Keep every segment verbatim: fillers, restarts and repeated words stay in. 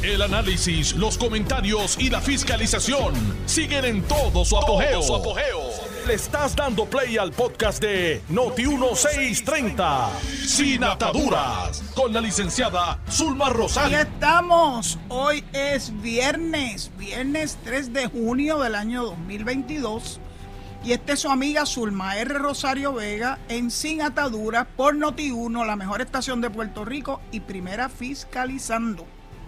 El análisis, los comentarios y la fiscalización siguen en todo su apogeo. Todo su apogeo. Le estás dando play al podcast de Noti dieciséis treinta, Sin Ataduras, con la licenciada Zulma Rosario. Aquí estamos. Hoy es viernes, viernes tres de junio del año dos mil veintidós. Y esta es su amiga Zulma R. Rosario Vega en Sin Ataduras por Noti uno, la mejor estación de Puerto Rico y primera fiscalizando.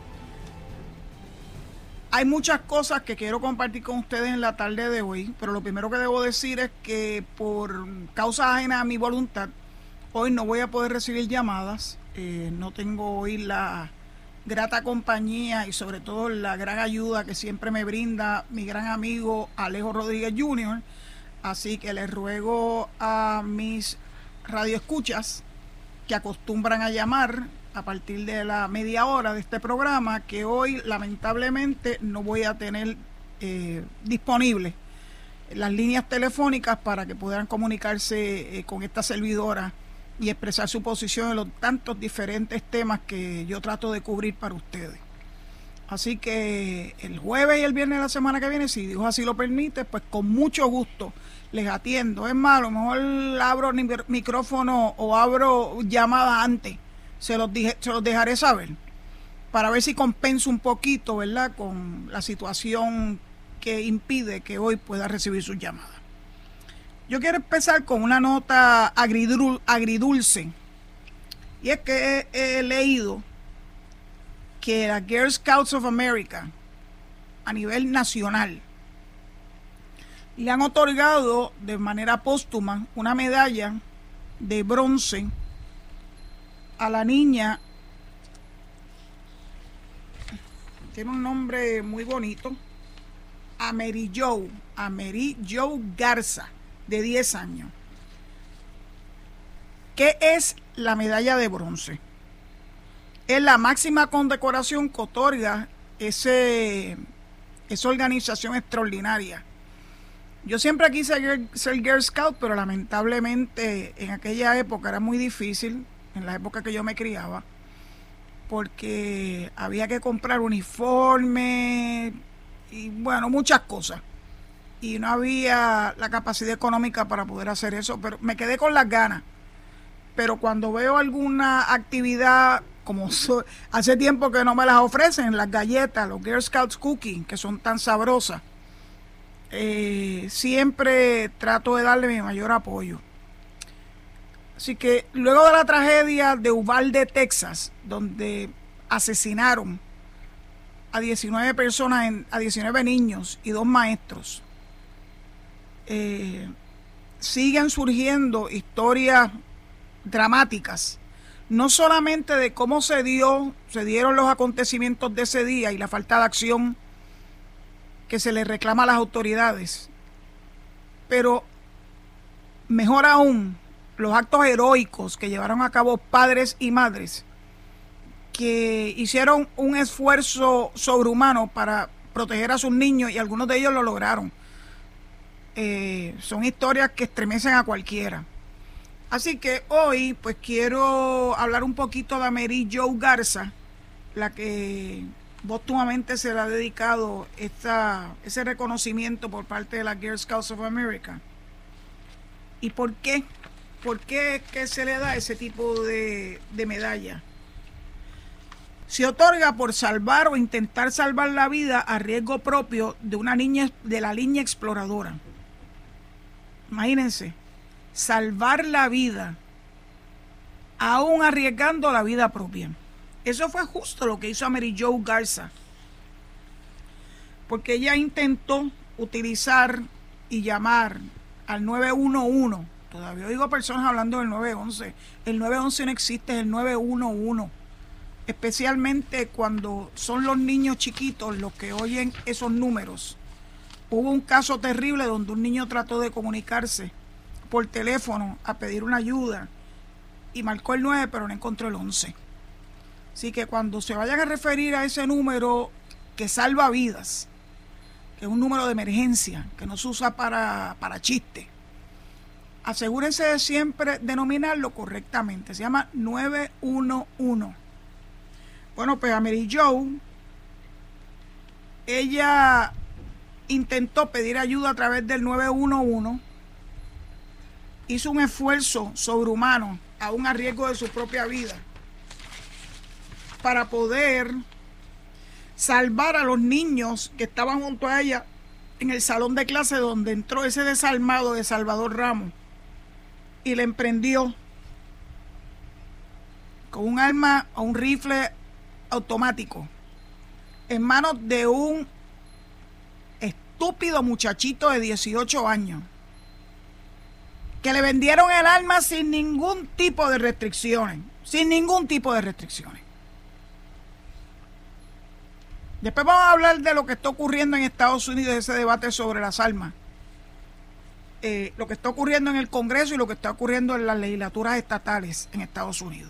Hay muchas cosas que quiero compartir con ustedes en la tarde de hoy, pero lo primero que debo decir es que por causas ajenas a mi voluntad, hoy no voy a poder recibir llamadas. Eh, no tengo hoy la grata compañía y sobre todo la gran ayuda que siempre me brinda mi gran amigo Alejo Rodríguez junior Así que les ruego a mis radioescuchas que acostumbran a llamar a partir de la media hora de este programa, que hoy lamentablemente no voy a tener eh, disponibles las líneas telefónicas para que puedan comunicarse eh, con esta servidora y expresar su posición en los tantos diferentes temas que yo trato de cubrir para ustedes. Así que el jueves y el viernes de la semana que viene, si Dios así lo permite, pues con mucho gusto les atiendo. Es más, a lo mejor abro el micrófono o abro llamada antes. Se los, dije, se los dejaré saber para ver si compenso un poquito, ¿verdad?, con la situación que impide que hoy pueda recibir sus llamadas. Yo quiero empezar con una nota agridul- agridulce, y es que he, he leído que la Girl Scouts of America, a nivel nacional, le han otorgado de manera póstuma una medalla de bronce a la niña, tiene un nombre muy bonito, a Mary Jo, a Mary Jo Garza, de diez años. ¿Qué es la medalla de bronce? Es la máxima condecoración que otorga ese, esa organización extraordinaria. Yo siempre quise ser Girl Scout, pero lamentablemente en aquella época era muy difícil, en la época que yo me criaba, porque había que comprar uniforme y bueno, muchas cosas. Y no había la capacidad económica para poder hacer eso, pero me quedé con las ganas. Pero cuando veo alguna actividad, como so, hace tiempo que no me las ofrecen, las galletas, los Girl Scouts Cookies, que son tan sabrosas, eh, siempre trato de darle mi mayor apoyo. Así que luego de la tragedia de Uvalde, Texas, donde asesinaron a diecinueve personas, en, a diecinueve niños y dos maestros, eh, siguen surgiendo historias dramáticas, no solamente de cómo se dio, se dieron los acontecimientos de ese día y la falta de acción que se le reclama a las autoridades, pero mejor aún, los actos heroicos que llevaron a cabo padres y madres que hicieron un esfuerzo sobrehumano para proteger a sus niños, y algunos de ellos lo lograron. Eh, son historias que estremecen a cualquiera. Así que hoy pues quiero hablar un poquito de Mary Jo Garza, la que póstumamente se le ha dedicado esta, ese reconocimiento por parte de la Girl Scouts of America. ¿Y por qué? ¿Por qué que se le da ese tipo de, de medalla? Se otorga por salvar o intentar salvar la vida a riesgo propio de una niña de la línea exploradora. Imagínense, salvar la vida, aún arriesgando la vida propia. Eso fue justo lo que hizo a Mary Jo Garza, porque ella intentó utilizar y llamar al nueve uno uno. Todavía oigo personas hablando del nueve once. El nueve once no existe, es el nueve uno uno. Especialmente cuando son los niños chiquitos los que oyen esos números. Hubo un caso terrible donde un niño trató de comunicarse por teléfono a pedir una ayuda y marcó el nueve, pero no encontró el once. Así que cuando se vayan a referir a ese número que salva vidas, que es un número de emergencia, que no se usa para, para chiste, asegúrense de siempre denominarlo correctamente. Se llama nueve uno uno. Bueno, pues a Mary Jo ella intentó pedir ayuda a través del nueve uno uno, hizo un esfuerzo sobrehumano, aún a riesgo de su propia vida, para poder salvar a los niños que estaban junto a ella en el salón de clase donde entró ese desalmado de Salvador Ramos y le emprendió con un arma o un rifle automático en manos de un estúpido muchachito de dieciocho años que le vendieron el arma sin ningún tipo de restricciones, sin ningún tipo de restricciones. Después vamos a hablar de lo que está ocurriendo en Estados Unidos, ese debate sobre las armas. Eh, lo que está ocurriendo en el Congreso y lo que está ocurriendo en las legislaturas estatales en Estados Unidos.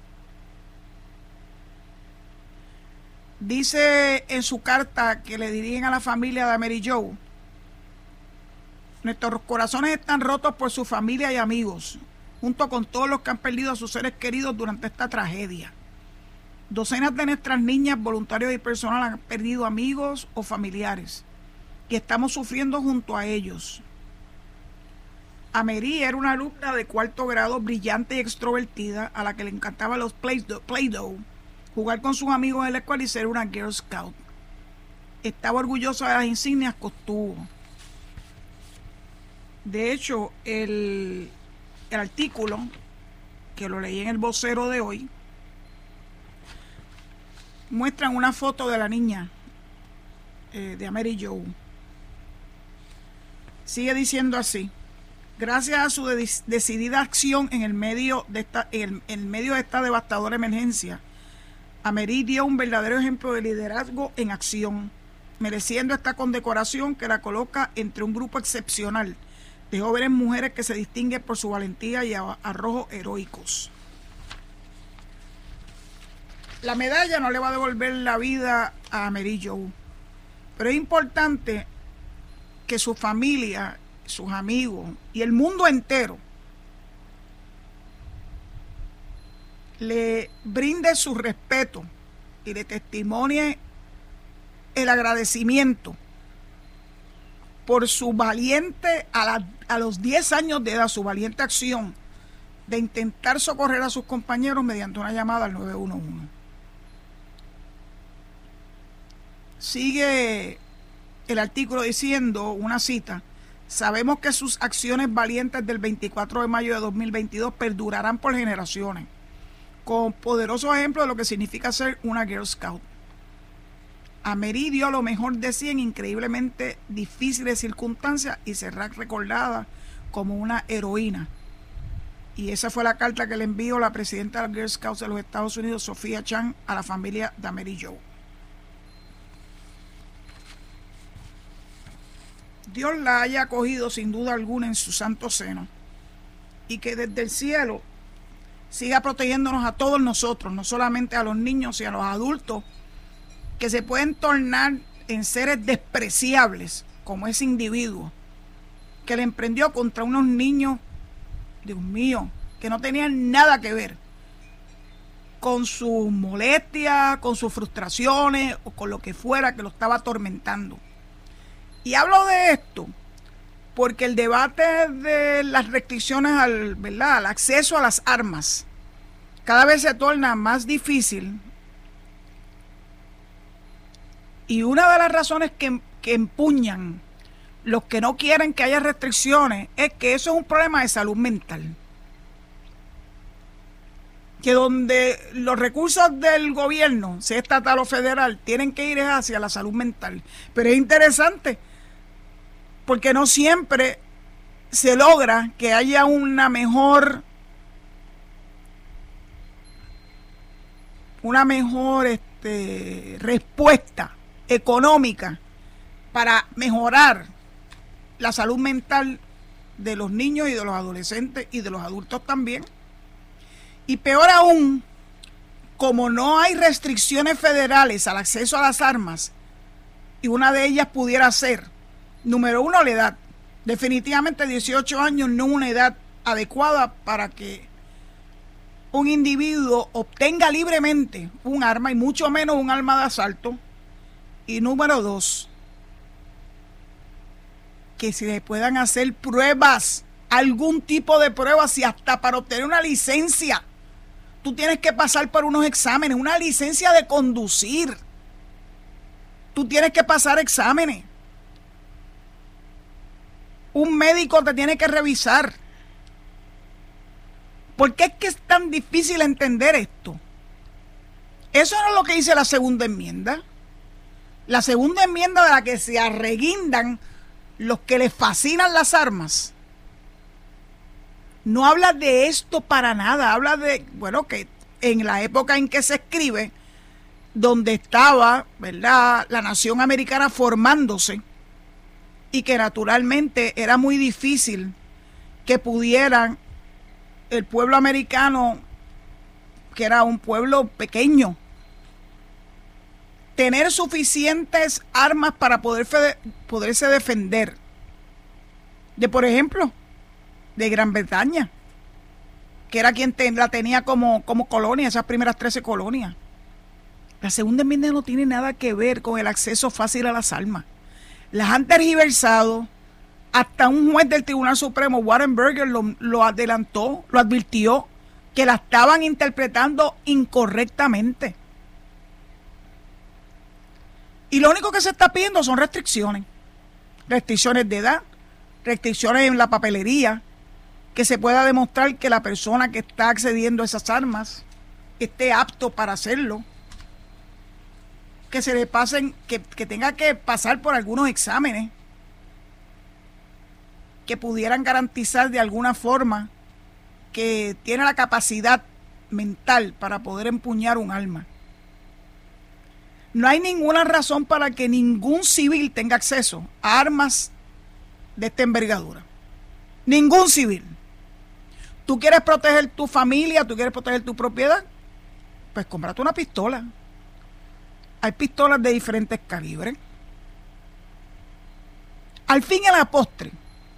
Dice en su carta que le dirigen a la familia de Mary Jo: nuestros corazones están rotos por su familia y amigos, junto con todos los que han perdido a sus seres queridos durante esta tragedia. Docenas de nuestras niñas, voluntarios y personal han perdido amigos o familiares y estamos sufriendo junto a ellos. Amerie era una alumna de cuarto grado brillante y extrovertida a la que le encantaban los Play-Doh, Play-Doh, jugar con sus amigos en la escuela y ser una Girl Scout. Estaba orgullosa de las insignias que obtuvo. De hecho, el, el artículo, que lo leí en el Vocero de hoy, muestran una foto de la niña, eh, de Mary Jo. Sigue diciendo así: gracias a su de decidida acción en el medio de esta, en, en medio de esta devastadora emergencia, Amerie dio un verdadero ejemplo de liderazgo en acción, mereciendo esta condecoración que la coloca entre un grupo excepcional de jóvenes mujeres que se distinguen por su valentía y arrojos heroicos. La medalla no le va a devolver la vida a Mary Jo, pero es importante que su familia, sus amigos y el mundo entero le brinde su respeto y le testimonie el agradecimiento por su valiente, a, la, a los diez años de edad, su valiente acción de intentar socorrer a sus compañeros mediante una llamada al nueve uno uno. Sigue el artículo diciendo, una cita: sabemos que sus acciones valientes del veinticuatro de mayo de dos mil veintidós perdurarán por generaciones, con poderosos ejemplos de lo que significa ser una Girl Scout. Amerie dio lo mejor de sí en increíblemente difíciles circunstancias y será recordada como una heroína. Y esa fue la carta que le envió la presidenta de la Girl Scouts de los Estados Unidos, Sofía Chan, a la familia de Mary Jo. Dios la haya acogido sin duda alguna en su santo seno y que desde el cielo siga protegiéndonos a todos nosotros, no solamente a los niños y a los adultos que se pueden tornar en seres despreciables como ese individuo que le emprendió contra unos niños, Dios mío, que no tenían nada que ver con sus molestias, con sus frustraciones o con lo que fuera que lo estaba atormentando. Y hablo de esto porque el debate de las restricciones al, ¿verdad?, al acceso a las armas cada vez se torna más difícil, y una de las razones que, que empuñan los que no quieren que haya restricciones es que eso es un problema de salud mental, que donde los recursos del gobierno, sea estatal o federal, tienen que ir hacia la salud mental. Pero es interesante porque no siempre se logra que haya una mejor una mejor este, respuesta económica para mejorar la salud mental de los niños y de los adolescentes y de los adultos también. Y peor aún, como no hay restricciones federales al acceso a las armas, y una de ellas pudiera ser, número uno, la edad. Definitivamente dieciocho años no es una edad adecuada para que un individuo obtenga libremente un arma, y mucho menos un arma de asalto, Y número dos, que se le puedan hacer pruebas, algún tipo de pruebas, y hasta para obtener una licencia, tú tienes que pasar por unos exámenes, una licencia de conducir. Tú tienes que pasar exámenes. Un médico te tiene que revisar. ¿Por qué es que es tan difícil entender esto? Eso no es lo que dice la segunda enmienda. La segunda enmienda, de la que se arreguindan los que les fascinan las armas, no habla de esto para nada. Habla de, bueno, que en la época en que se escribe, donde estaba, ¿verdad?, la nación americana formándose, y que naturalmente era muy difícil que pudieran el pueblo americano, que era un pueblo pequeño, tener suficientes armas para poder fe- poderse defender de, por ejemplo, de Gran Bretaña, que era quien te, la tenía como, como colonia, esas primeras trece colonias. La segunda enmienda no tiene nada que ver con el acceso fácil a las armas. Las han tergiversado. Hasta un juez del Tribunal Supremo, Warren Burger, lo, lo adelantó, lo advirtió, que la estaban interpretando incorrectamente. Y lo único que se está pidiendo son restricciones. Restricciones de edad, restricciones en la papelería, que se pueda demostrar que la persona que está accediendo a esas armas esté apto para hacerlo. Que se le pasen, que, que tenga que pasar por algunos exámenes que pudieran garantizar de alguna forma que tiene la capacidad mental para poder empuñar un arma. No hay ninguna razón para que ningún civil tenga acceso a armas de esta envergadura. Ningún civil. ¿Tú quieres proteger tu familia? ¿Tú quieres proteger tu propiedad? Pues cómprate una pistola. Hay pistolas de diferentes calibres. Al fin y a la postre,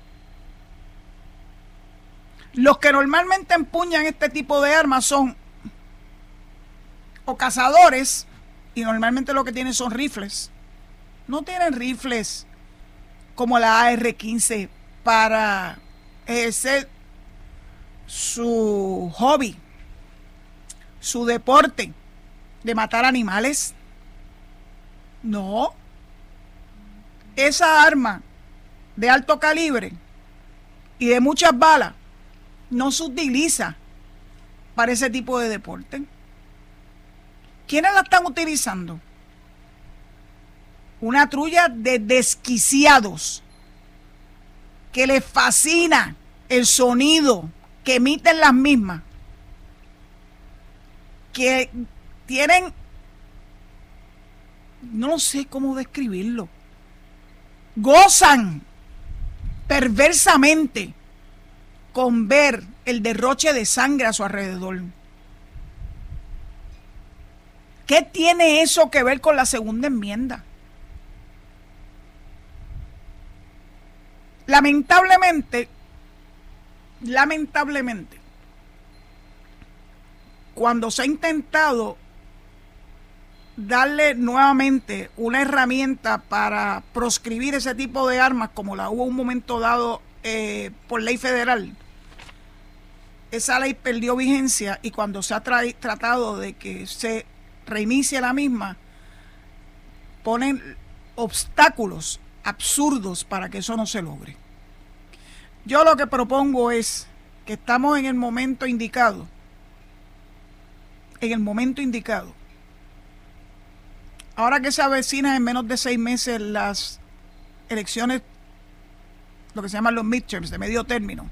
los que normalmente empuñan este tipo de armas son o cazadores, y normalmente lo que tienen son rifles. No tienen rifles como la A R quince para ejercer su hobby, su deporte de matar animales. No. Esa arma de alto calibre y de muchas balas no se utiliza para ese tipo de deporte. ¿Quiénes la están utilizando? Una trulla de desquiciados que les fascina el sonido que emiten las mismas, que tienen, no sé cómo describirlo, gozan perversamente con ver el derroche de sangre a su alrededor. ¿Qué tiene eso que ver con la segunda enmienda? Lamentablemente, lamentablemente, cuando se ha intentado darle nuevamente una herramienta para proscribir ese tipo de armas, como la hubo un momento dado eh, por ley federal, esa ley perdió vigencia, y cuando se ha tra- tratado de que se reinicie la misma, ponen obstáculos absurdos para que eso no se logre. Yo lo que propongo es que estamos en el momento indicado, en el momento indicado. Ahora que se avecinan en menos de seis meses las elecciones, lo que se llaman los midterms, de medio término,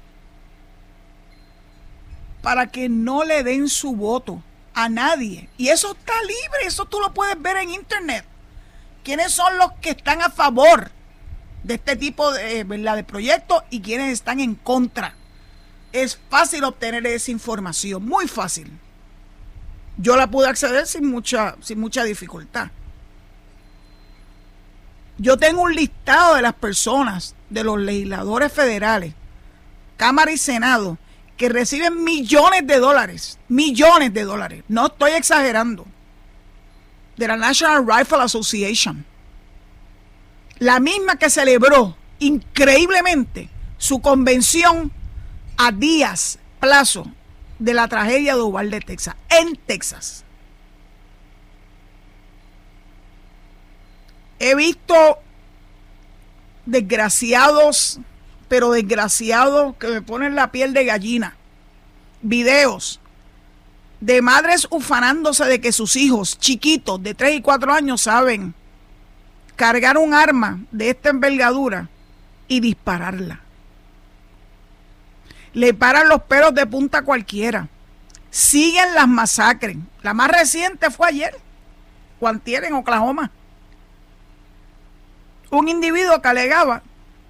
para que no le den su voto a nadie. Y eso está libre, eso tú lo puedes ver en internet. ¿Quiénes son los que están a favor de este tipo de, ¿verdad?, de proyectos y quiénes están en contra? Es fácil obtener esa información, muy fácil. Yo la pude acceder sin mucha, sin mucha dificultad. Yo tengo un listado de las personas, de los legisladores federales, Cámara y Senado, que reciben millones de dólares, millones de dólares. No estoy exagerando. de la National Rifle Association, la misma que celebró increíblemente su convención a días plazo de la tragedia de Uvalde, Texas, en Texas. He visto desgraciados, pero desgraciados que me ponen la piel de gallina, videos de madres ufanándose de que sus hijos chiquitos de tres y cuatro años saben cargar un arma de esta envergadura y dispararla. Le paran los pelos de punta a cualquiera. Siguen las masacres. La más reciente fue ayer, o antier, en Oklahoma. Un individuo que alegaba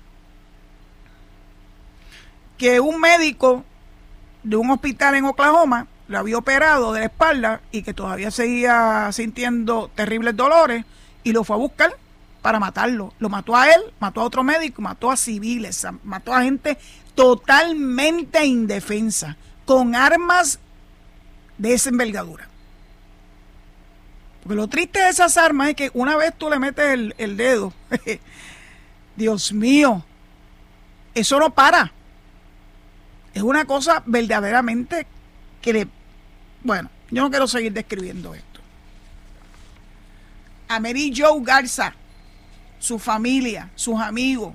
que un médico de un hospital en Oklahoma lo había operado de la espalda y que todavía seguía sintiendo terribles dolores y lo fue a buscar para matarlo. Lo mató a él, mató a otro médico, mató a civiles, mató a gente totalmente indefensa, con armas de esa envergadura. Porque lo triste de esas armas es que una vez tú le metes el, el dedo, Dios mío, eso no para. Es una cosa verdaderamente que le... Bueno, yo no quiero seguir describiendo esto. A Mary Jo Garza, su familia, sus amigos,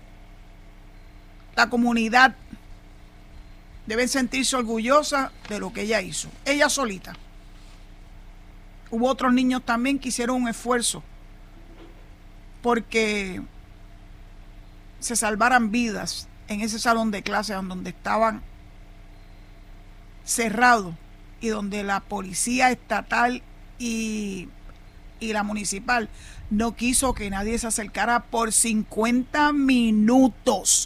la comunidad deben sentirse orgullosa de lo que ella hizo. Ella solita. Hubo otros niños también que hicieron un esfuerzo porque se salvaran vidas en ese salón de clases donde estaban cerrados y donde la policía estatal y, y la municipal no quiso que nadie se acercara por cincuenta minutos.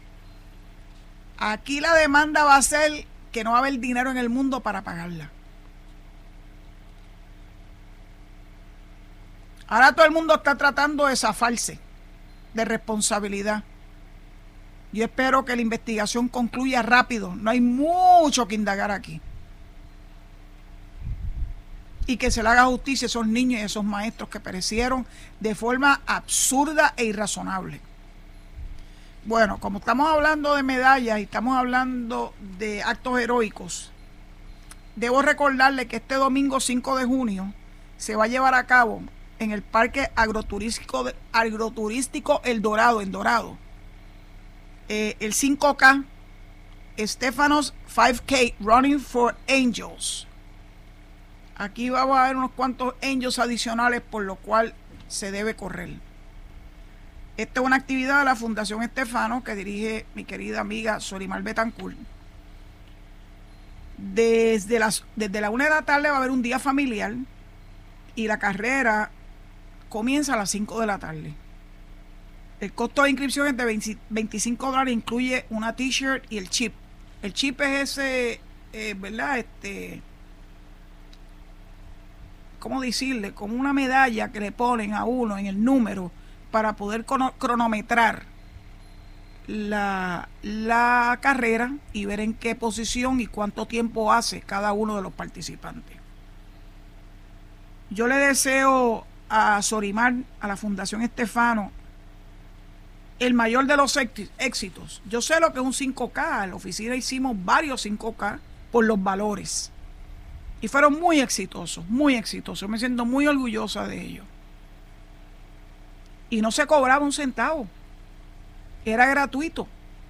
Aquí la demanda va a ser que no va a haber dinero en el mundo para pagarla. Ahora todo el mundo está tratando de zafarse de responsabilidad. Yo espero que la investigación concluya rápido. No hay mucho que indagar aquí. Y que se le haga justicia a esos niños y a esos maestros que perecieron de forma absurda e irrazonable. Bueno, como estamos hablando de medallas y estamos hablando de actos heroicos, debo recordarle que este domingo cinco de junio se va a llevar a cabo en el Parque Agroturístico, de, Agroturístico El Dorado, en Dorado, eh, el cinco K, Stephanos cinco K Running for Angels. Aquí vamos a ver unos cuantos angels adicionales por lo cual se debe correr. Esta es una actividad de la Fundación Estefano que dirige mi querida amiga Sorimar Betancourt. Desde las desde la una de la tarde va a haber un día familiar y la carrera comienza a las cinco de la tarde. El costo de inscripción es de veinticinco dólares, incluye una t-shirt y el chip. El chip es ese, eh, ¿verdad? Este, ¿cómo decirle? Como una medalla que le ponen a uno en el número para poder cronometrar la, la carrera y ver en qué posición y cuánto tiempo hace cada uno de los participantes. Yo le deseo a Sorimar, a la Fundación Estefano, el mayor de los éxitos. Yo sé lo que es un cinco K, en la oficina hicimos varios cinco K por los valores y fueron muy exitosos, muy exitosos. Me siento muy orgullosa de ellos. Y no se cobraba un centavo, era gratuito.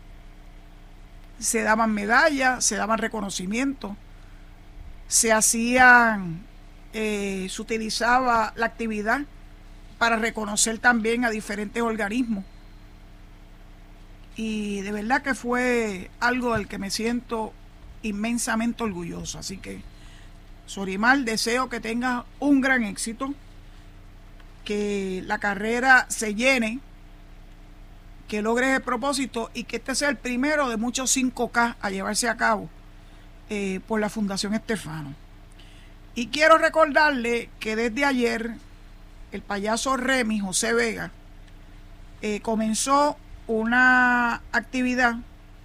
Se daban medallas, se daban reconocimientos, se hacían, eh, se utilizaba la actividad para reconocer también a diferentes organismos. Y de verdad que fue algo del que me siento inmensamente orgulloso. Así que, Sorimar, deseo que tengas un gran éxito, que la carrera se llene, que logres el propósito y que este sea el primero de muchos cinco K a llevarse a cabo eh, por la Fundación Estefano. Y quiero recordarle que desde ayer el payaso Remy José Vega eh, comenzó una actividad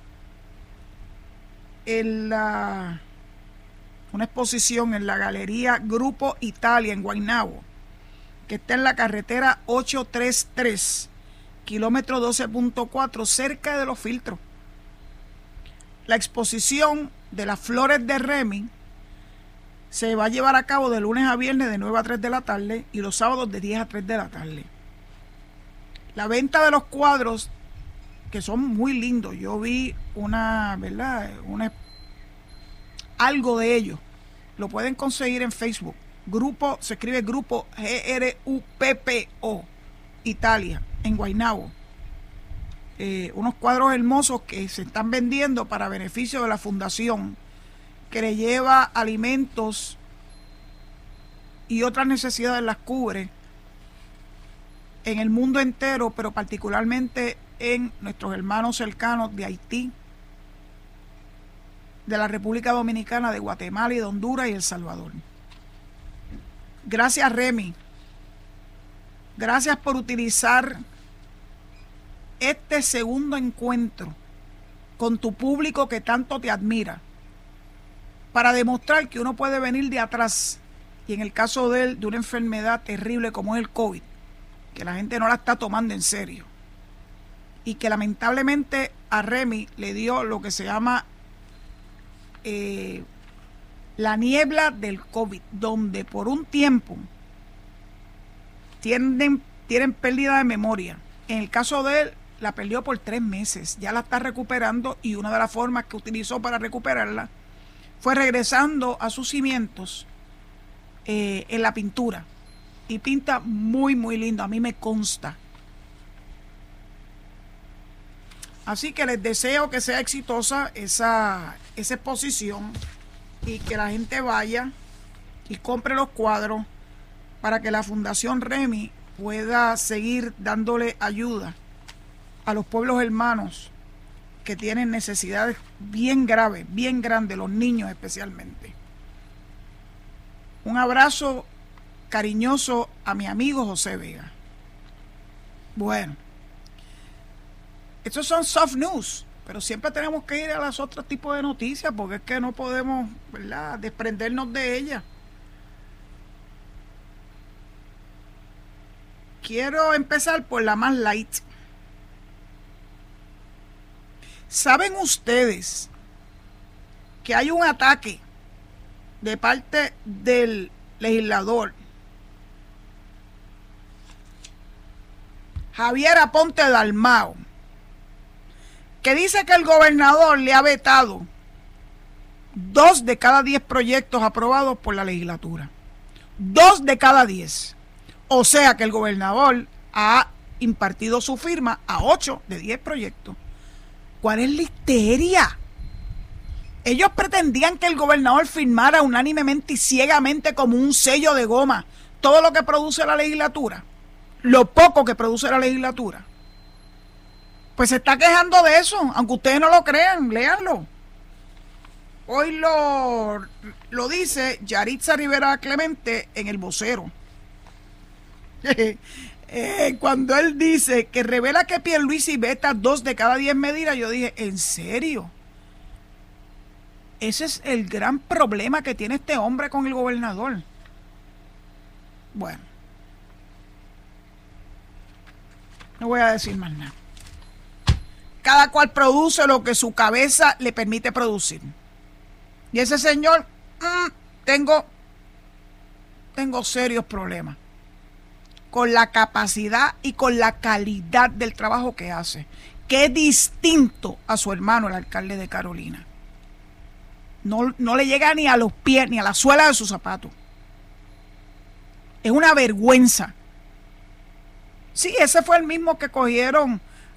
en la una exposición en la Galería Grupo Italia en Guaynabo. que está en la carretera ochocientos treinta y tres, kilómetro doce punto cuatro, cerca de Los Filtros. La exposición de las flores de Remy se va a llevar a cabo de lunes a viernes de nueve a tres de la tarde y los sábados de diez a tres de la tarde. La venta de los cuadros, que son muy lindos, yo vi una, ¿verdad? Una, algo de ellos. Lo pueden conseguir en Facebook. Grupo, se escribe Grupo G R U P P O, Italia, en Guaynabo. Eh, unos cuadros hermosos que se están vendiendo para beneficio de la fundación que le lleva alimentos y otras necesidades, las cubre en el mundo entero, pero particularmente en nuestros hermanos cercanos de Haití, de la República Dominicana, de Guatemala y de Honduras y El Salvador. Gracias, Remy. Gracias por utilizar este segundo encuentro con tu público que tanto te admira para demostrar que uno puede venir de atrás, y en el caso de él, de una enfermedad terrible como es el COVID, que la gente no la está tomando en serio, y que lamentablemente a Remy le dio lo que se llama eh, la niebla del COVID, donde por un tiempo tienden, tienen pérdida de memoria. En el caso de él, la perdió por tres meses, ya la está recuperando, y una de las formas que utilizó para recuperarla fue regresando a sus cimientos eh, en la pintura, y pinta muy muy lindo, a mí me consta. Así que les deseo que sea exitosa esa, esa exposición, y que la gente vaya y compre los cuadros para que la Fundación Remy pueda seguir dándole ayuda a los pueblos hermanos que tienen necesidades bien graves, bien grandes, los niños especialmente. Un abrazo cariñoso a mi amigo José Vega. Bueno, estos son soft news, pero siempre tenemos que ir a los otros tipos de noticias, porque es que no podemos, ¿verdad?, desprendernos de ellas. Quiero empezar por la más light. ¿Saben ustedes que hay un ataque de parte del legislador Javier Aponte Dalmau, que dice que el gobernador le ha vetado dos de cada diez proyectos aprobados por la legislatura? Dos de cada diez. O sea que el gobernador ha impartido su firma a ocho de diez proyectos. ¿Cuál es la histeria? Ellos pretendían que el gobernador firmara unánimemente y ciegamente como un sello de goma todo lo que produce la legislatura, lo poco que produce la legislatura. Pues se está quejando de eso, aunque ustedes no lo crean, léanlo. Hoy lo, lo dice Yaritza Rivera Clemente en El Vocero. Eh, cuando él dice que revela que Pierluisi veta dos de cada diez medidas, yo dije, ¿en serio? Ese es el gran problema que tiene este hombre con el gobernador. Bueno, no voy a decir más nada. Cada cual produce lo que su cabeza le permite producir. Y ese señor, mmm, tengo, tengo serios problemas con la capacidad y con la calidad del trabajo que hace, que es distinto a su hermano, el alcalde de Carolina. No, no le llega ni a los pies, ni a la suela de sus zapatos. Es una vergüenza. Sí, ese fue el mismo que cogieron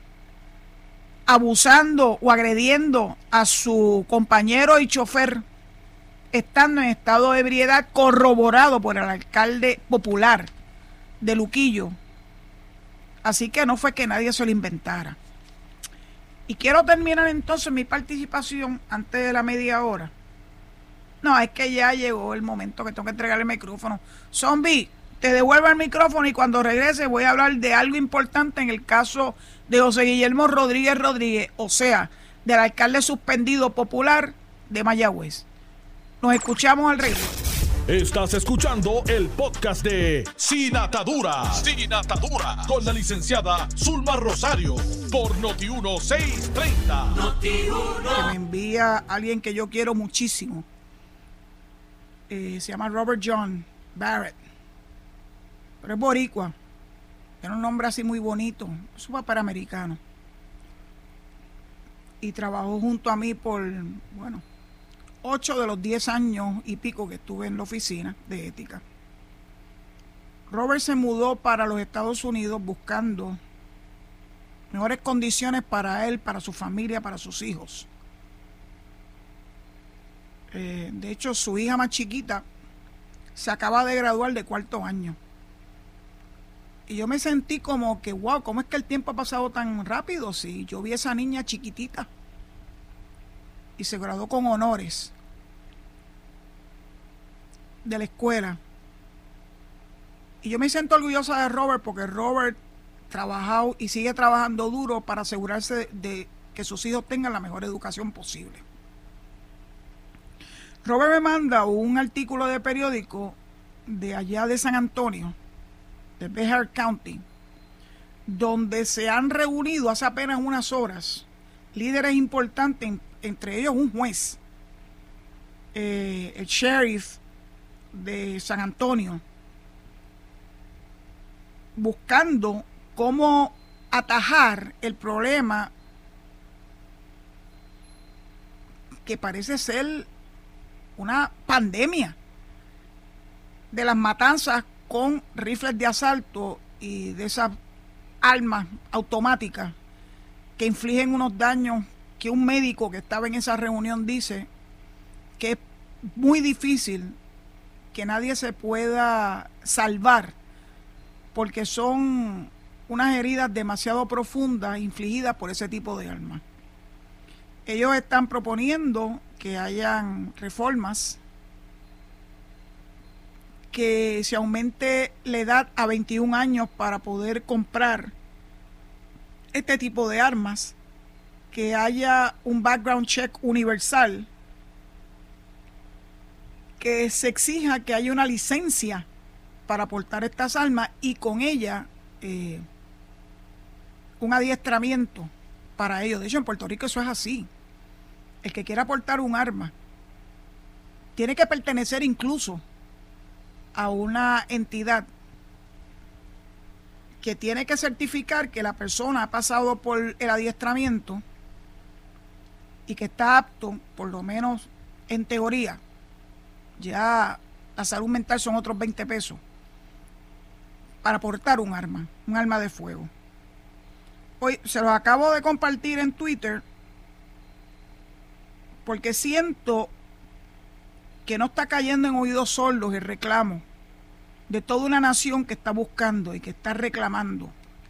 abusando o agrediendo a su compañero y chofer, estando en estado de ebriedad, corroborado por el alcalde popular de Luquillo. Así que no fue que nadie se lo inventara. Y quiero terminar entonces mi participación antes de la media hora. No, es que ya llegó el momento que tengo que entregar el micrófono. Zombie, te devuelvo el micrófono y cuando regrese voy a hablar de algo importante en el caso de José Guillermo Rodríguez Rodríguez, o sea, del alcalde suspendido popular de Mayagüez. Nos escuchamos al regreso. Estás escuchando el podcast de Sin Ataduras. Sin Ataduras. Con la licenciada Zulma Rosario. Por Noti uno seiscientos treinta. Noti uno. Que me envía alguien que yo quiero muchísimo. Eh, se llama Robert John Barrett. Pero es boricua. Tiene un nombre así muy bonito. Es un paparamericano. Y trabajó junto a mí por, bueno, ocho de los diez años y pico que estuve en la oficina de ética. Robert se mudó para los Estados Unidos buscando mejores condiciones para él, para su familia, para sus hijos. Eh, de hecho, su hija más chiquita se acaba de graduar de cuarto año. Y yo me sentí como que, wow, ¿cómo es que el tiempo ha pasado tan rápido? Si yo vi a esa niña chiquitita y se graduó con honores de la escuela. Y yo me siento orgullosa de Robert porque Robert trabajado y sigue trabajando duro para asegurarse de, de que sus hijos tengan la mejor educación posible. Robert me manda un artículo de periódico de allá de San Antonio, de Behar County, donde se han reunido hace apenas unas horas líderes importantes, entre ellos un juez, eh, el sheriff de San Antonio, buscando cómo atajar el problema que parece ser una pandemia de las matanzas con rifles de asalto y de esas armas automáticas que infligen unos daños que un médico que estaba en esa reunión dice que es muy difícil que nadie se pueda salvar porque son unas heridas demasiado profundas infligidas por ese tipo de armas. Ellos están proponiendo que hayan reformas, que se aumente la edad a veintiún años para poder comprar este tipo de armas, que haya un background check universal, que se exija que haya una licencia para portar estas armas y con ella eh, un adiestramiento para ello. De hecho, en Puerto Rico eso es así. El que quiera portar un arma tiene que pertenecer incluso a una entidad que tiene que certificar que la persona ha pasado por el adiestramiento y que está apto, por lo menos en teoría. Ya la salud mental son otros veinte pesos para portar un arma, un arma de fuego. Hoy se los acabo de compartir en Twitter porque siento que no está cayendo en oídos sordos el reclamo de toda una nación que está buscando y que está reclamando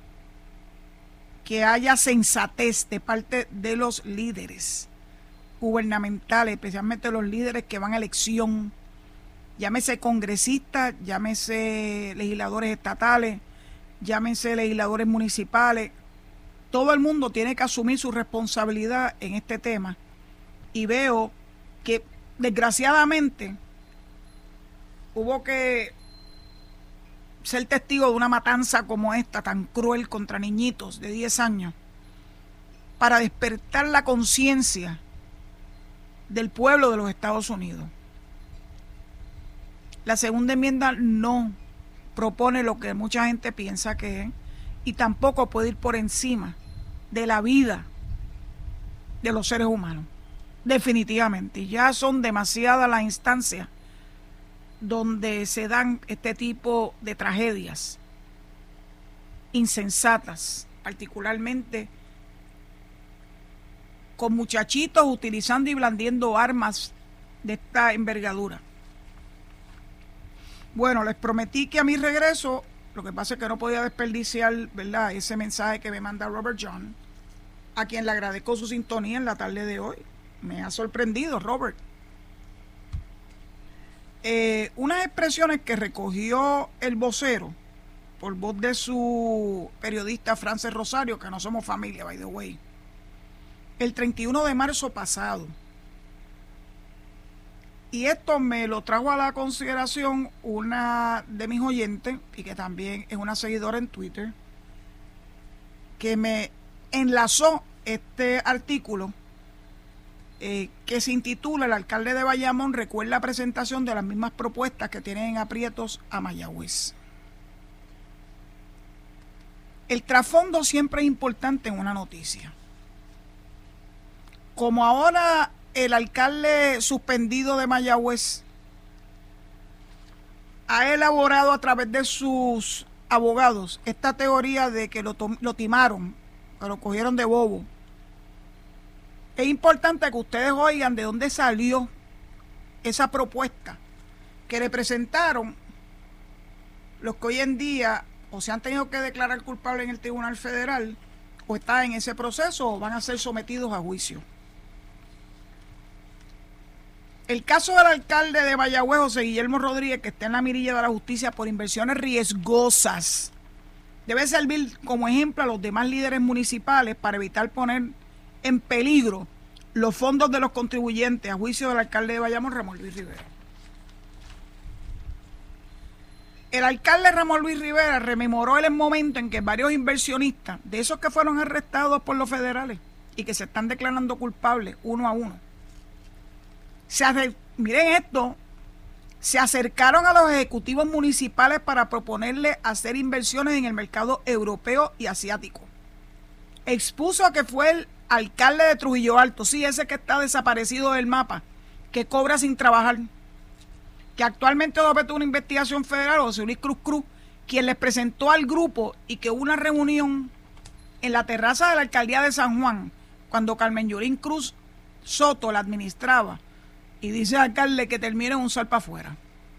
que haya sensatez de parte de los líderes gubernamentales, especialmente los líderes que van a elección, llámese congresistas, llámese legisladores estatales, llámese legisladores municipales. Todo el mundo tiene que asumir su responsabilidad en este tema y veo que desgraciadamente hubo que ser testigo de una matanza como esta, tan cruel contra niñitos de diez años, para despertar la conciencia del pueblo de los Estados Unidos. La segunda enmienda no propone lo que mucha gente piensa que es y tampoco puede ir por encima de la vida de los seres humanos. Definitivamente, ya son demasiadas las instancias donde se dan este tipo de tragedias insensatas, particularmente con muchachitos utilizando y blandiendo armas de esta envergadura. Bueno, les prometí que a mi regreso, lo que pasa es que no podía desperdiciar, ¿verdad?, ese mensaje que me manda Robert John, a quien le agradezco su sintonía en la tarde de hoy. Me ha sorprendido, Robert. Eh, unas expresiones que recogió el vocero por voz de su periodista Frances Rosario, que no somos familia, by the way, el treinta y uno de marzo pasado. Y esto me lo trajo a la consideración una de mis oyentes, y que también es una seguidora en Twitter, que me enlazó este artículo eh, que se intitula: El alcalde de Bayamón recuerda la presentación de las mismas propuestas que tienen en aprietos a Mayagüez. El trasfondo siempre es importante en una noticia. Como ahora el alcalde suspendido de Mayagüez ha elaborado a través de sus abogados esta teoría de que lo, lo timaron, que lo cogieron de bobo, es importante que ustedes oigan de dónde salió esa propuesta que le presentaron los que hoy en día o se han tenido que declarar culpables en el Tribunal Federal, o están en ese proceso, o van a ser sometidos a juicio. El caso del alcalde de Mayagüez, José Guillermo Rodríguez, que está en la mirilla de la justicia por inversiones riesgosas, debe servir como ejemplo a los demás líderes municipales para evitar poner en peligro los fondos de los contribuyentes, a juicio del alcalde de Bayamón, Ramón Luis Rivera. El alcalde Ramón Luis Rivera rememoró el momento en que varios inversionistas, de esos que fueron arrestados por los federales y que se están declarando culpables uno a uno, se acer- miren esto, se acercaron a los ejecutivos municipales para proponerle hacer inversiones en el mercado europeo y asiático. Expuso que fue el alcalde de Trujillo Alto, sí, ese que está desaparecido del mapa, que cobra sin trabajar, que actualmente objeto de una investigación federal, José Luis Cruz Cruz, quien les presentó al grupo y que hubo una reunión en la terraza de la alcaldía de San Juan, cuando Carmen Yulín Cruz Soto la administraba, y dice al alcalde que termine en un sal para afuera.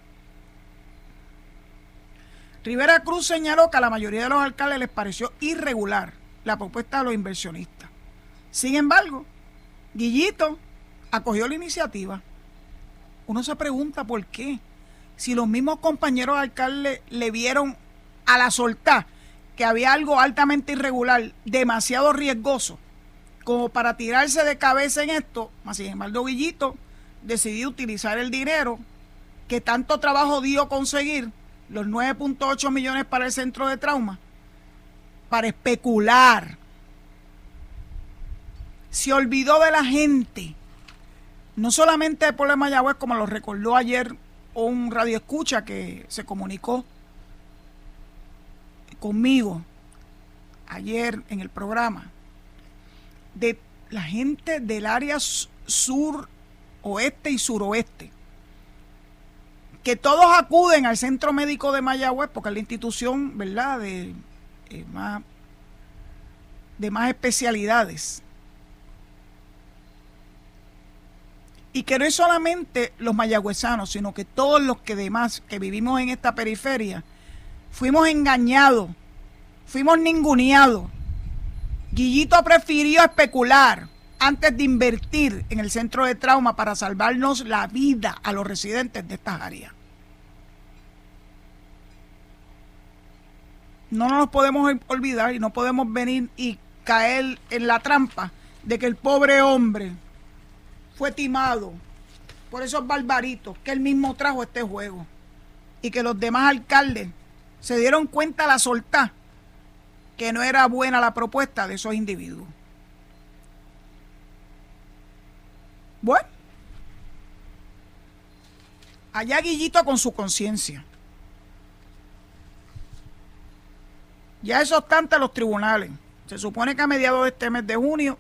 Rivera Cruz señaló que a la mayoría de los alcaldes les pareció irregular la propuesta de los inversionistas. Sin embargo, Guillito acogió la iniciativa. Uno se pregunta por qué. Si los mismos compañeros alcaldes le vieron a la soltá que había algo altamente irregular, demasiado riesgoso, como para tirarse de cabeza en esto, más sin embargo Guillito decidió utilizar el dinero que tanto trabajo dio conseguir, los nueve punto ocho millones para el centro de trauma, para especular. Se olvidó de la gente, no solamente del pueblo de Mayagüez, como lo recordó ayer un radioescucha que se comunicó conmigo ayer en el programa, de la gente del área sur, oeste y suroeste, que todos acuden al Centro Médico de Mayagüez porque es la institución, ¿verdad?, de, eh, más, de más especialidades. Y que no es solamente los mayagüezanos, sino que todos los que demás que vivimos en esta periferia fuimos engañados, fuimos ninguneados. Guillito prefirió especular antes de invertir en el centro de trauma para salvarnos la vida a los residentes de estas áreas. No nos podemos olvidar y no podemos venir y caer en la trampa de que el pobre hombre fue timado por esos barbaritos que él mismo trajo a este juego y que los demás alcaldes se dieron cuenta a la soltá que no era buena la propuesta de esos individuos. Bueno, allá Guillito con su conciencia. Ya eso está ante los tribunales. Se supone que a mediados de este mes de junio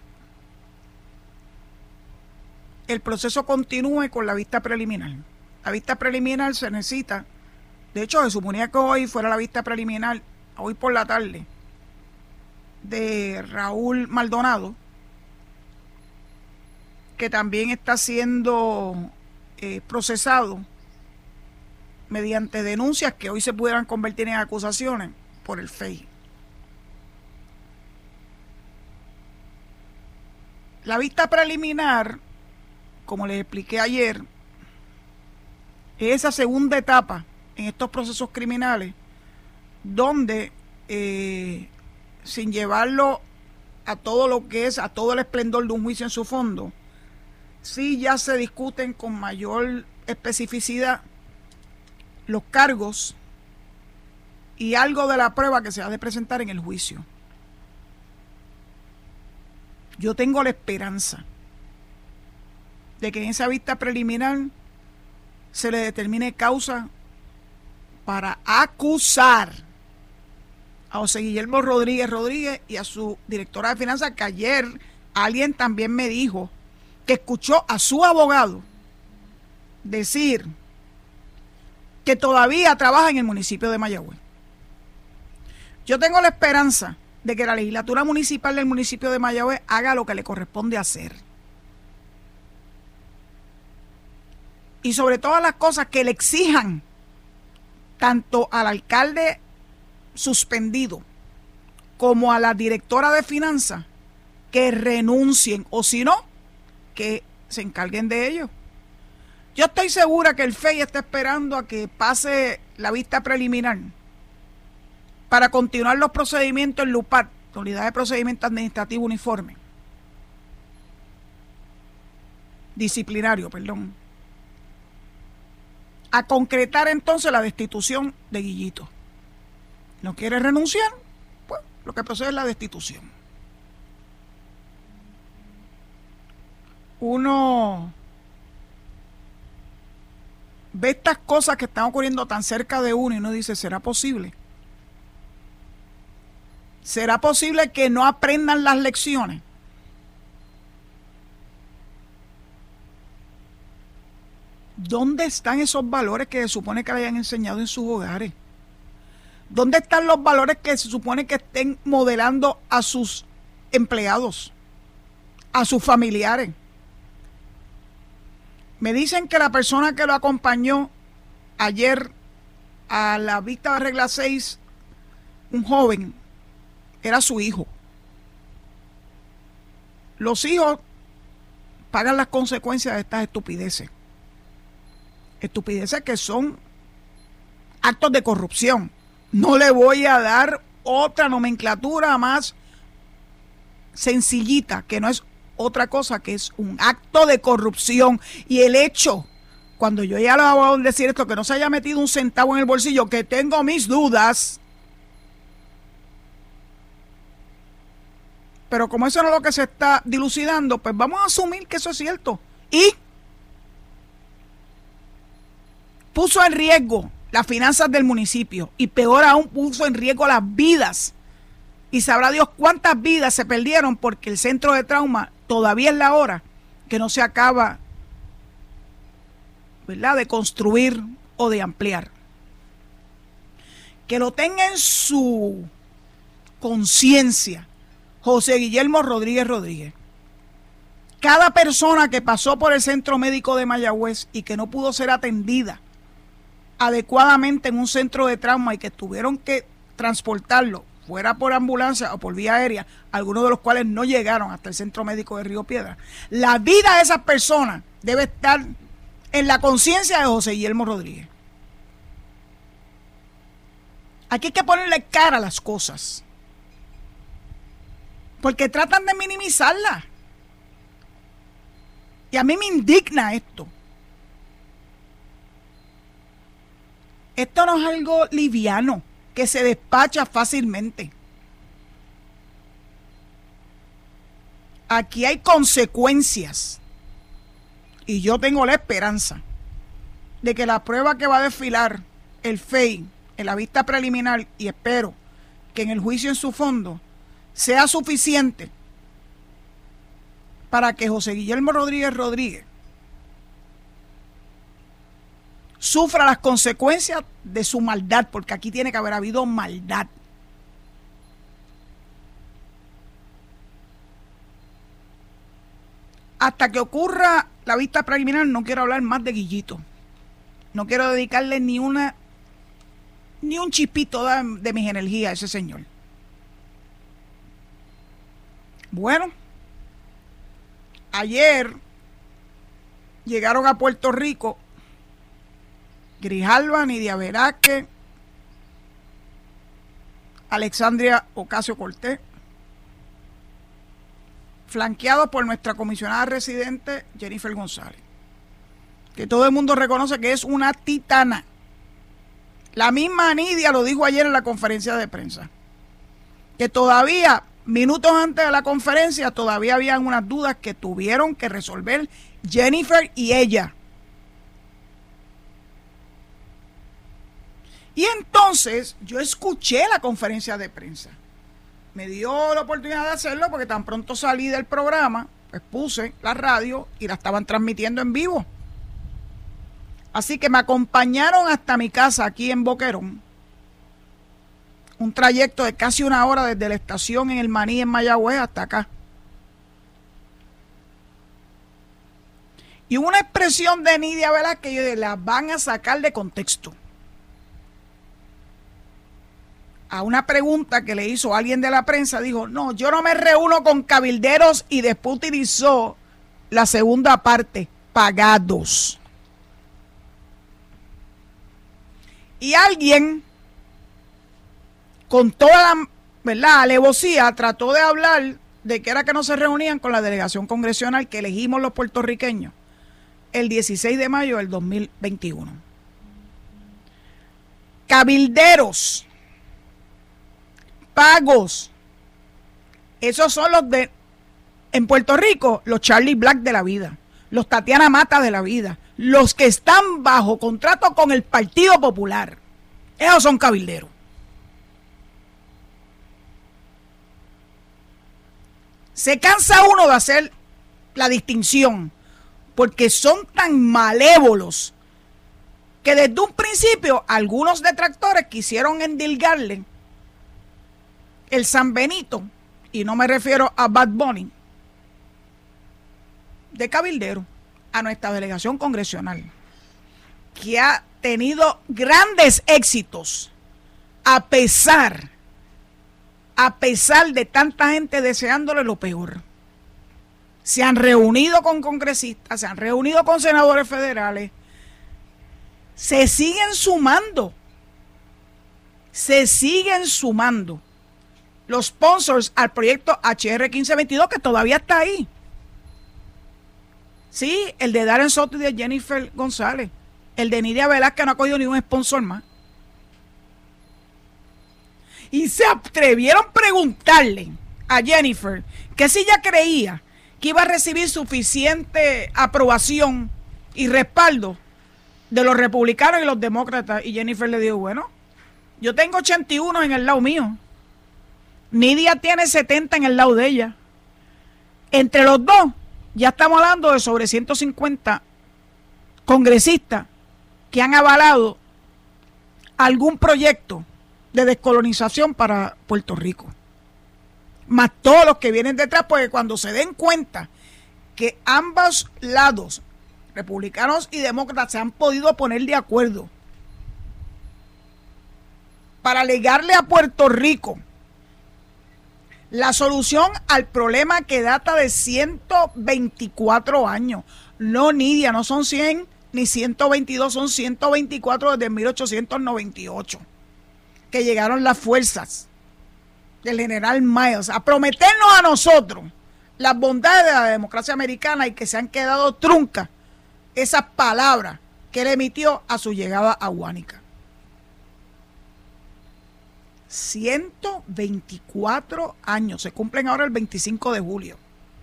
el proceso continúe con la vista preliminar. La vista preliminar se necesita, de hecho se suponía que hoy fuera la vista preliminar, hoy por la tarde, de Raúl Maldonado, que también está siendo eh, procesado mediante denuncias que hoy se pudieran convertir en acusaciones por el F E I. La vista preliminar, como les expliqué ayer, es esa segunda etapa en estos procesos criminales donde eh, sin llevarlo a todo lo que es, a todo el esplendor de un juicio en su fondo, sí ya se discuten con mayor especificidad los cargos y algo de la prueba que se ha de presentar en el juicio. Yo tengo la esperanza de que en esa vista preliminar se le determine causa para acusar a José Guillermo Rodríguez Rodríguez y a su directora de finanzas, que ayer alguien también me dijo que escuchó a su abogado decir que todavía trabaja en el municipio de Mayagüez. Yo tengo la esperanza de que la legislatura municipal del municipio de Mayagüez haga lo que le corresponde hacer. Y sobre todas las cosas, que le exijan tanto al alcalde suspendido como a la directora de finanzas que renuncien, o si no, que se encarguen de ello. Yo estoy segura que el F E I está esperando a que pase la vista preliminar para continuar los procedimientos en LUPAD, la Unidad de Procedimiento Administrativo Uniforme. Disciplinario, perdón. A concretar entonces la destitución de Guillito. ¿No quiere renunciar? Pues lo que procede es la destitución. Uno ve estas cosas que están ocurriendo tan cerca de uno y uno dice, ¿será posible? ¿Será posible que no aprendan las lecciones? ¿Dónde están esos valores que se supone que le hayan enseñado en sus hogares? ¿Dónde están los valores que se supone que estén modelando a sus empleados, a sus familiares? Me dicen que la persona que lo acompañó ayer a la vista de regla seis, un joven, era su hijo. Los hijos pagan las consecuencias de estas estupideces. Estupideces que son actos de corrupción. No le voy a dar otra nomenclatura más sencillita, que no es otra cosa que es un acto de corrupción. Y el hecho, cuando yo ya le voy a decir esto, que no se haya metido un centavo en el bolsillo, que tengo mis dudas, pero como eso no es lo que se está dilucidando, pues vamos a asumir que eso es cierto. Y puso en riesgo las finanzas del municipio y peor aún puso en riesgo las vidas. Y sabrá Dios cuántas vidas se perdieron porque el centro de trauma todavía es la hora que no se acaba, ¿verdad?, de construir o de ampliar. Que lo tenga en su conciencia José Guillermo Rodríguez Rodríguez. Cada persona que pasó por el centro médico de Mayagüez y que no pudo ser atendida adecuadamente en un centro de trauma y que tuvieron que transportarlo fuera por ambulancia o por vía aérea, algunos de los cuales no llegaron hasta el centro médico de Río Piedra, la vida de esas personas debe estar en la conciencia de José Guillermo Rodríguez. Aquí hay que ponerle cara a las cosas, porque tratan de minimizarlas. Y a mí me indigna esto. Esto no es algo liviano que se despacha fácilmente. Aquí hay consecuencias. Y yo tengo la esperanza de que la prueba que va a desfilar el F E I en la vista preliminar, y espero que en el juicio en su fondo, sea suficiente para que José Guillermo Rodríguez Rodríguez sufra las consecuencias de su maldad, porque aquí tiene que haber habido maldad. Hasta que ocurra la vista preliminar no quiero hablar más de Guillito. No quiero dedicarle ni una ni un chispito de, de mis energías a ese señor. Bueno, ayer llegaron a Puerto Rico Grijalva, Nidia Velázquez, Alexandria Ocasio-Cortez, flanqueados por nuestra comisionada residente Jennifer González. que todo el mundo reconoce que es una titana. La misma Nidia lo dijo ayer en la conferencia de prensa, que todavía, minutos antes de la conferencia, todavía habían unas dudas que tuvieron que resolver Jennifer y ella. Y entonces yo escuché la conferencia de prensa. Me dio la oportunidad de hacerlo porque tan pronto salí del programa, pues puse la radio y la estaban transmitiendo en vivo. Así que me acompañaron hasta mi casa aquí en Boquerón. Un trayecto de casi una hora desde la estación en el Maní, en Mayagüez, hasta acá. Y una expresión de Nidia Velázquez que la van a sacar de contexto. A una pregunta que le hizo alguien de la prensa, dijo, no, yo no me reúno con cabilderos, y después utilizó la segunda parte, pagados. Y alguien, con toda la, ¿verdad?, alevosía, trató de hablar de que era que no se reunían con la delegación congresional que elegimos los puertorriqueños el dieciséis de mayo del dos mil veintiuno. Cabilderos, pagos, esos son los de, en Puerto Rico, los Charlie Black de la vida, los Tatiana Mata de la vida, los que están bajo contrato con el Partido Popular. Esos son cabilderos. Se cansa uno de hacer la distinción, porque son tan malévolos que desde un principio algunos detractores quisieron endilgarle el San Benito, y no me refiero a Bad Bunny, de cabildero a nuestra delegación congresional, que ha tenido grandes éxitos a pesar, a pesar de tanta gente deseándole lo peor. Se han reunido con congresistas, se han reunido con senadores federales, se siguen sumando, se siguen sumando los sponsors al proyecto H R quince veintidós, que todavía está ahí. Sí, el de Darren Soto y de Jennifer González. El de Nidia Velázquez no ha cogido ni un sponsor más. Y se atrevieron a preguntarle a Jennifer que si ella creía que iba a recibir suficiente aprobación y respaldo de los republicanos y los demócratas. Y Jennifer le dijo, bueno, yo tengo ochenta y uno en el lado mío. Nidia tiene setenta en el lado de ella. Entre los dos, ya estamos hablando de sobre ciento cincuenta congresistas que han avalado algún proyecto de descolonización para Puerto Rico. Más todos los que vienen detrás, porque cuando se den cuenta que ambos lados, republicanos y demócratas, se han podido poner de acuerdo para legarle a Puerto Rico la solución al problema que data de ciento veinticuatro años. No, Nidia, no son cien ni ciento veintidós, son ciento veinticuatro desde mil ochocientos noventa y ocho, que llegaron las fuerzas del general Miles a prometernos a nosotros las bondades de la democracia americana, y que se han quedado truncas esas palabras que él emitió a su llegada a Guánica. ciento veinticuatro años, se cumplen ahora el veinticinco de julio.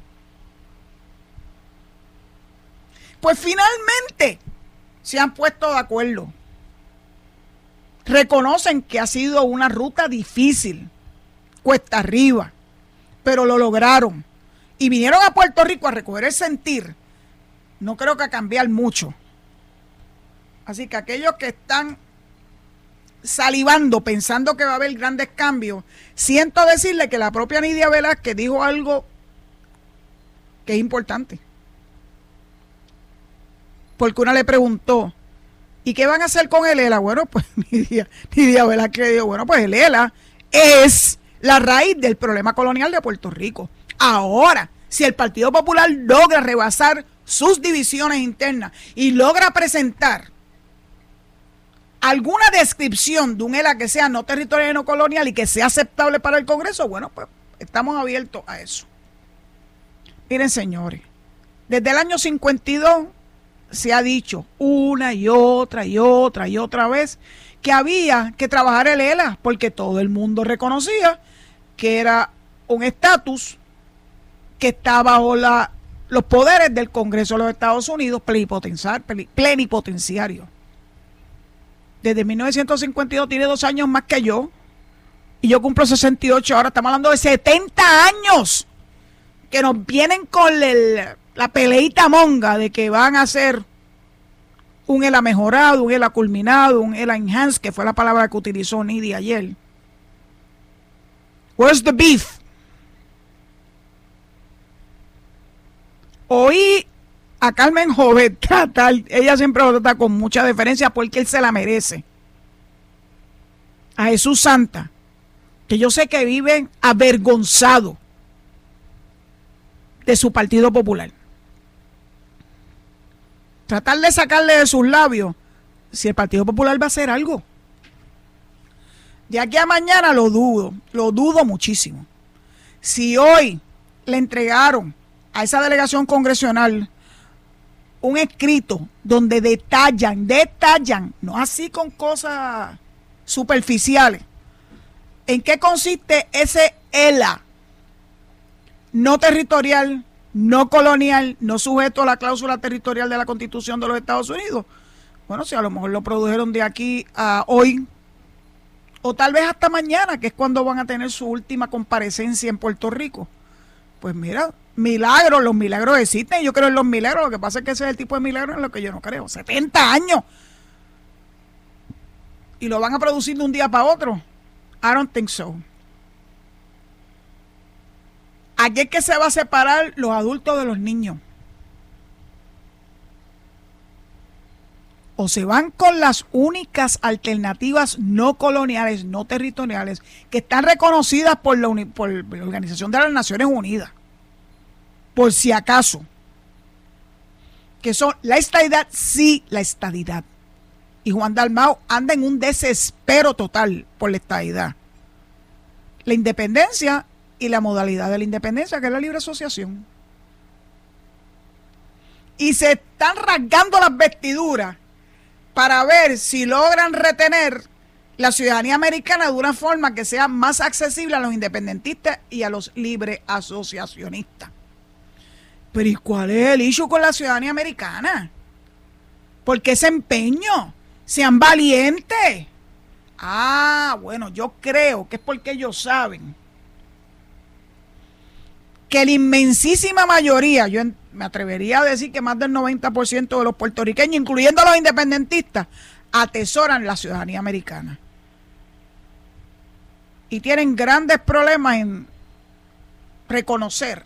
Pues finalmente se han puesto de acuerdo. Reconocen que ha sido una ruta difícil, cuesta arriba, pero lo lograron. Y vinieron a Puerto Rico a recoger el sentir. No creo que a cambiar mucho. Así que aquellos que están salivando, pensando que va a haber grandes cambios, siento decirle que la propia Nidia Velázquez dijo algo que es importante. Porque una le preguntó, ¿y qué van a hacer con el E L A? Bueno, pues Nidia, Nidia Velázquez dijo, bueno, pues el E L A es la raíz del problema colonial de Puerto Rico. Ahora, si el Partido Popular logra rebasar sus divisiones internas y logra presentar alguna descripción de un E L A que sea no territorial y no colonial y que sea aceptable para el Congreso, bueno, pues estamos abiertos a eso. Miren, señores, desde el año cincuenta y dos se ha dicho una y otra y otra y otra vez que había que trabajar el E L A porque todo el mundo reconocía que era un estatus que está bajo la, los poderes del Congreso de los Estados Unidos plenipotenciario. Desde mil novecientos cincuenta y dos tiene dos años más que yo y yo cumplo sesenta y ocho, ahora estamos hablando de setenta años que nos vienen con el, la peleita monga de que van a hacer un E L A mejorado, un E L A culminado, un E L A enhanced, que fue la palabra que utilizó Nidia ayer. Where's the beef? Oí a Carmen Jovet tratar, ella siempre lo trata con mucha deferencia porque él se la merece. A Jesús Santa, que yo sé que vive avergonzado de su Partido Popular. Tratar de sacarle de sus labios si el Partido Popular va a hacer algo. De aquí a mañana lo dudo, lo dudo muchísimo. Si hoy le entregaron a esa delegación congresional un escrito donde detallan, detallan, no así con cosas superficiales, en qué consiste ese E L A no territorial, no colonial, no sujeto a la cláusula territorial de la Constitución de los Estados Unidos. Bueno, si a lo mejor lo produjeron de aquí a hoy, o tal vez hasta mañana, que es cuando van a tener su última comparecencia en Puerto Rico. Pues mira, milagros, los milagros existen, yo creo en los milagros, lo que pasa es que ese es el tipo de milagros en lo que yo no creo. setenta años. Y lo van a producir de un día para otro. I don't think so. Aquí es que se va a separar los adultos de los niños. O se van con las únicas alternativas no coloniales, no territoriales, que están reconocidas por la, uni, por la Organización de las Naciones Unidas, por si acaso, que son la estadidad, sí, la estadidad. Y Juan Dalmau anda en un desespero total por la estadidad. La independencia y la modalidad de la independencia, que es la libre asociación. Y se están rasgando las vestiduras para ver si logran retener la ciudadanía americana de una forma que sea más accesible a los independentistas y a los libre asociacionistas. Pero ¿y cuál es el issue con la ciudadanía americana? ¿Por qué ese empeño? Sean valientes. Ah, bueno, yo creo que es porque ellos saben que la inmensísima mayoría, yo me atrevería a decir que más del noventa por ciento de los puertorriqueños, incluyendo a los independentistas, atesoran la ciudadanía americana. Y tienen grandes problemas en reconocer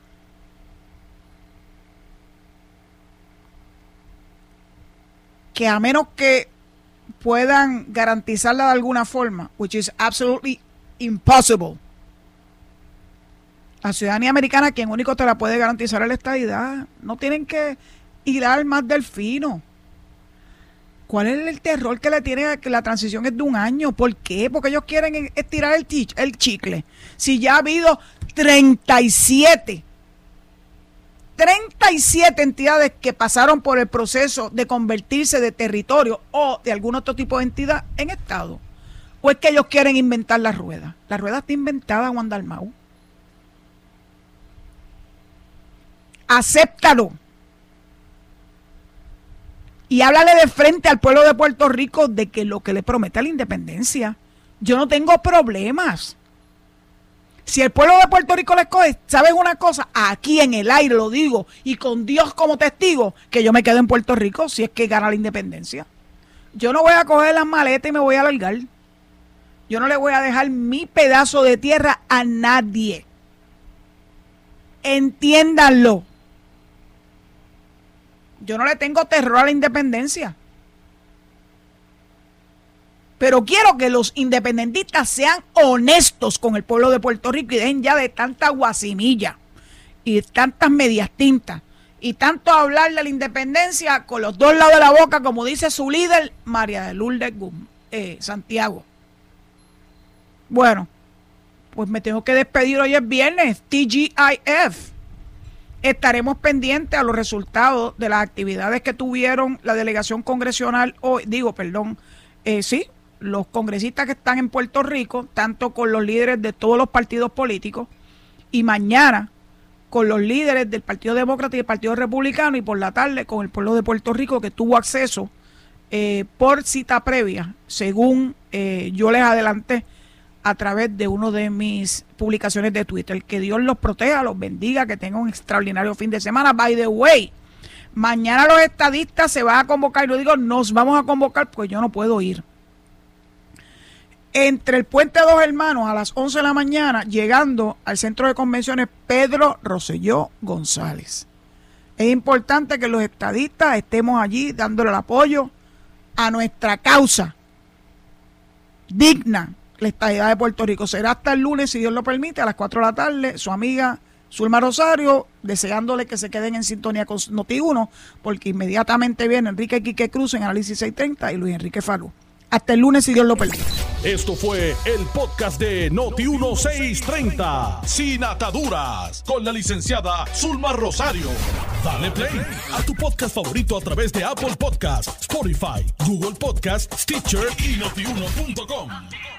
que a menos que puedan garantizarla de alguna forma, which is absolutely impossible, la ciudadanía americana, quien único te la puede garantizar es la estadidad. No tienen que hilar más del fino. ¿Cuál es el terror que le tiene a que la transición es de un año? ¿Por qué? Porque ellos quieren estirar el, tich, el chicle. Si ya ha habido treinta y siete, treinta y siete entidades que pasaron por el proceso de convertirse de territorio o de algún otro tipo de entidad en Estado. ¿O es que ellos quieren inventar la rueda? La rueda está inventada, Juan Dalmau. Acéptalo y háblale de frente al pueblo de Puerto Rico de que lo que le promete la independencia. Yo no tengo problemas. Si el pueblo de Puerto Rico le coge, ¿sabes una cosa? Aquí en el aire lo digo y con Dios como testigo, que yo me quedo en Puerto Rico si es que gana la independencia. Yo no voy a coger las maletas y me voy a largar. Yo no le voy a dejar mi pedazo de tierra a nadie. Entiéndanlo. Yo no le tengo terror a la independencia. Pero quiero que los independentistas sean honestos con el pueblo de Puerto Rico y dejen ya de tanta guasimilla y de tantas medias tintas y tanto hablar de la independencia con los dos lados de la boca, como dice su líder, María de Lourdes eh, Santiago. Bueno, pues me tengo que despedir. Hoy es viernes, T G I F. Estaremos pendientes a los resultados de las actividades que tuvieron la delegación congresional hoy, digo, perdón, eh, sí, los congresistas que están en Puerto Rico, tanto con los líderes de todos los partidos políticos, y mañana con los líderes del Partido Demócrata y del Partido Republicano, y por la tarde con el pueblo de Puerto Rico que tuvo acceso eh, por cita previa, según eh, yo les adelanté a través de una de mis publicaciones de Twitter. Que Dios los proteja, los bendiga, que tengan un extraordinario fin de semana. By the way, mañana los estadistas se van a convocar, y lo digo, nos vamos a convocar porque yo no puedo ir. Entre el Puente Dos Hermanos a las once de la mañana, llegando al Centro de Convenciones Pedro Rosselló González. Es importante que los estadistas estemos allí dándole el apoyo a nuestra causa digna, la estadidad de Puerto Rico. Será hasta el lunes, si Dios lo permite, a las cuatro de la tarde. Su amiga Zulma Rosario, deseándole que se queden en sintonía con Noti uno, porque inmediatamente viene Enrique Quique Cruz en Análisis seiscientos treinta y Luis Enrique Falú. Hasta el lunes, si Dios lo permite. Esto fue el podcast de Noti uno seiscientos treinta, Sin Ataduras, con la licenciada Zulma Rosario. Dale play a tu podcast favorito a través de Apple Podcasts, Spotify, Google Podcasts, Stitcher y noти uno punto com.